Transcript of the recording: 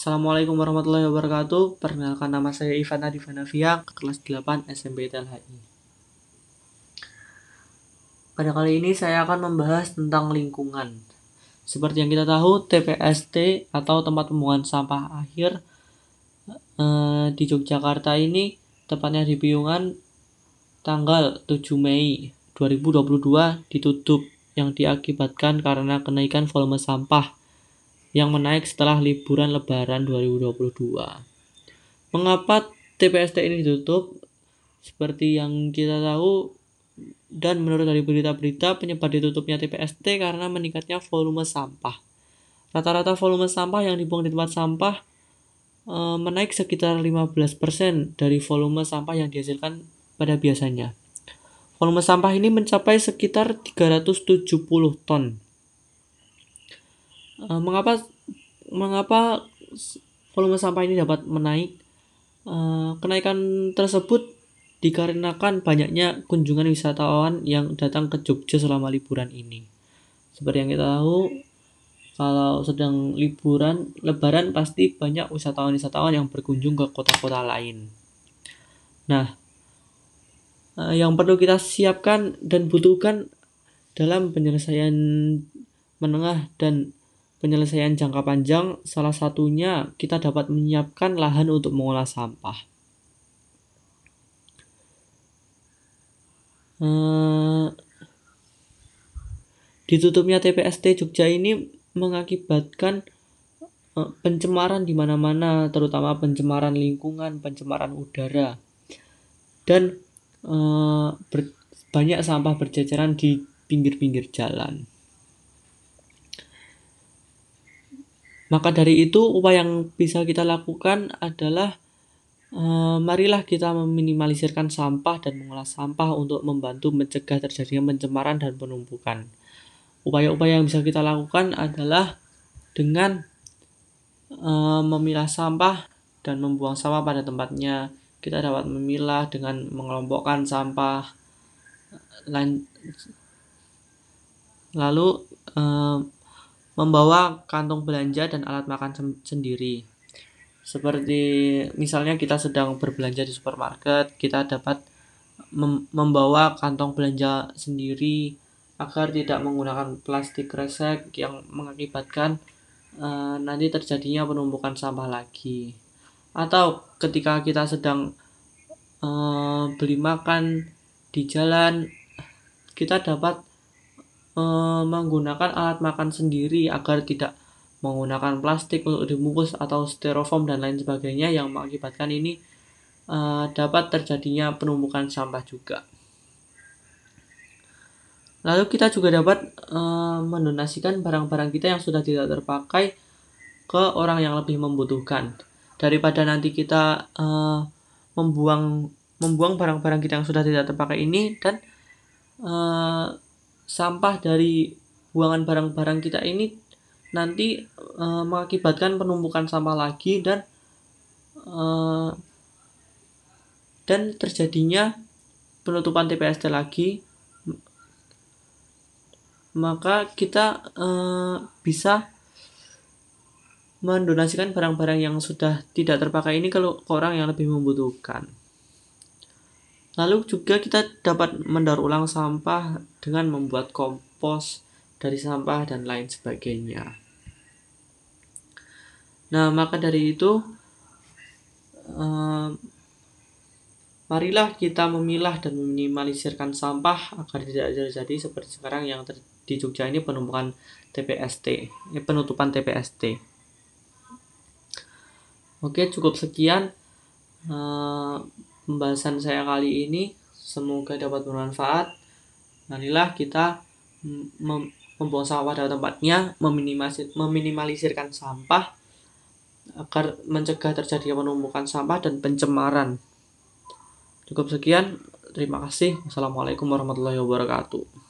Assalamualaikum warahmatullahi wabarakatuh. Perkenalkan, nama saya Ivan Adivanavia, kelas 8 SMP TLHI. Pada kali ini saya akan membahas tentang lingkungan. Seperti yang kita tahu, TPST atau tempat pembuangan sampah akhir di Yogyakarta ini tepatnya di Piungan tanggal 7 Mei 2022 ditutup yang diakibatkan karena kenaikan volume sampah yang menaik setelah liburan Lebaran 2022. Mengapa TPST ini ditutup? Seperti yang kita tahu dan menurut dari berita-berita, penyebab ditutupnya TPST karena meningkatnya volume sampah. Rata-rata volume sampah yang dibuang di tempat sampah menaik sekitar 15% dari volume sampah yang dihasilkan pada biasanya. Volume sampah ini mencapai sekitar 370 ton. Mengapa volume sampah ini dapat menaik? Kenaikan tersebut dikarenakan banyaknya kunjungan wisatawan yang datang ke Jogja selama liburan ini. Seperti yang kita tahu, kalau sedang liburan Lebaran pasti banyak wisatawan-wisatawan yang berkunjung ke kota-kota lain. Nah, yang perlu kita siapkan dan butuhkan dalam penyelesaian menengah dan penyelesaian jangka panjang, salah satunya kita dapat menyiapkan lahan untuk mengolah sampah. Ditutupnya TPST Jogja ini mengakibatkan pencemaran di mana-mana, terutama pencemaran lingkungan, pencemaran udara, dan banyak sampah berceceran di pinggir-pinggir jalan. Maka dari itu, upaya yang bisa kita lakukan adalah marilah kita meminimalisirkan sampah dan mengolah sampah untuk membantu mencegah terjadinya pencemaran dan penumpukan. Upaya-upaya yang bisa kita lakukan adalah dengan memilah sampah dan membuang sampah pada tempatnya. Kita dapat memilah dengan mengelompokkan sampah, lalu membawa kantong belanja dan alat makan sendiri. Seperti misalnya kita sedang berbelanja di supermarket, kita dapat membawa kantong belanja sendiri agar tidak menggunakan plastik kresek yang mengakibatkan nanti terjadinya penumpukan sampah lagi. Atau ketika kita sedang beli makan di jalan, kita dapat menggunakan alat makan sendiri agar tidak menggunakan plastik untuk dibungkus atau styrofoam dan lain sebagainya yang mengakibatkan ini dapat terjadinya penumpukan sampah juga. Lalu kita juga dapat mendonasikan barang-barang kita yang sudah tidak terpakai ke orang yang lebih membutuhkan. Daripada nanti kita membuang barang-barang kita yang sudah tidak terpakai ini dan sampah dari buangan barang-barang kita ini nanti mengakibatkan penumpukan sampah lagi dan terjadinya penutupan TPST lagi. Maka kita bisa mendonasikan barang-barang yang sudah tidak terpakai ini ke orang yang lebih membutuhkan. Lalu juga kita dapat mendaur ulang sampah dengan membuat kompos dari sampah dan lain sebagainya. Nah, maka dari itu marilah kita memilah dan meminimalisirkan sampah agar tidak terjadi seperti sekarang yang di Jogja ini penutupan TPST. Oke, cukup sekian pembahasan saya kali ini. Semoga dapat bermanfaat. Marilah kita membuang sampah pada tempatnya, meminimalisirkan sampah agar mencegah terjadinya penumpukan sampah dan pencemaran. Cukup sekian, terima kasih. Wassalamualaikum warahmatullahi wabarakatuh.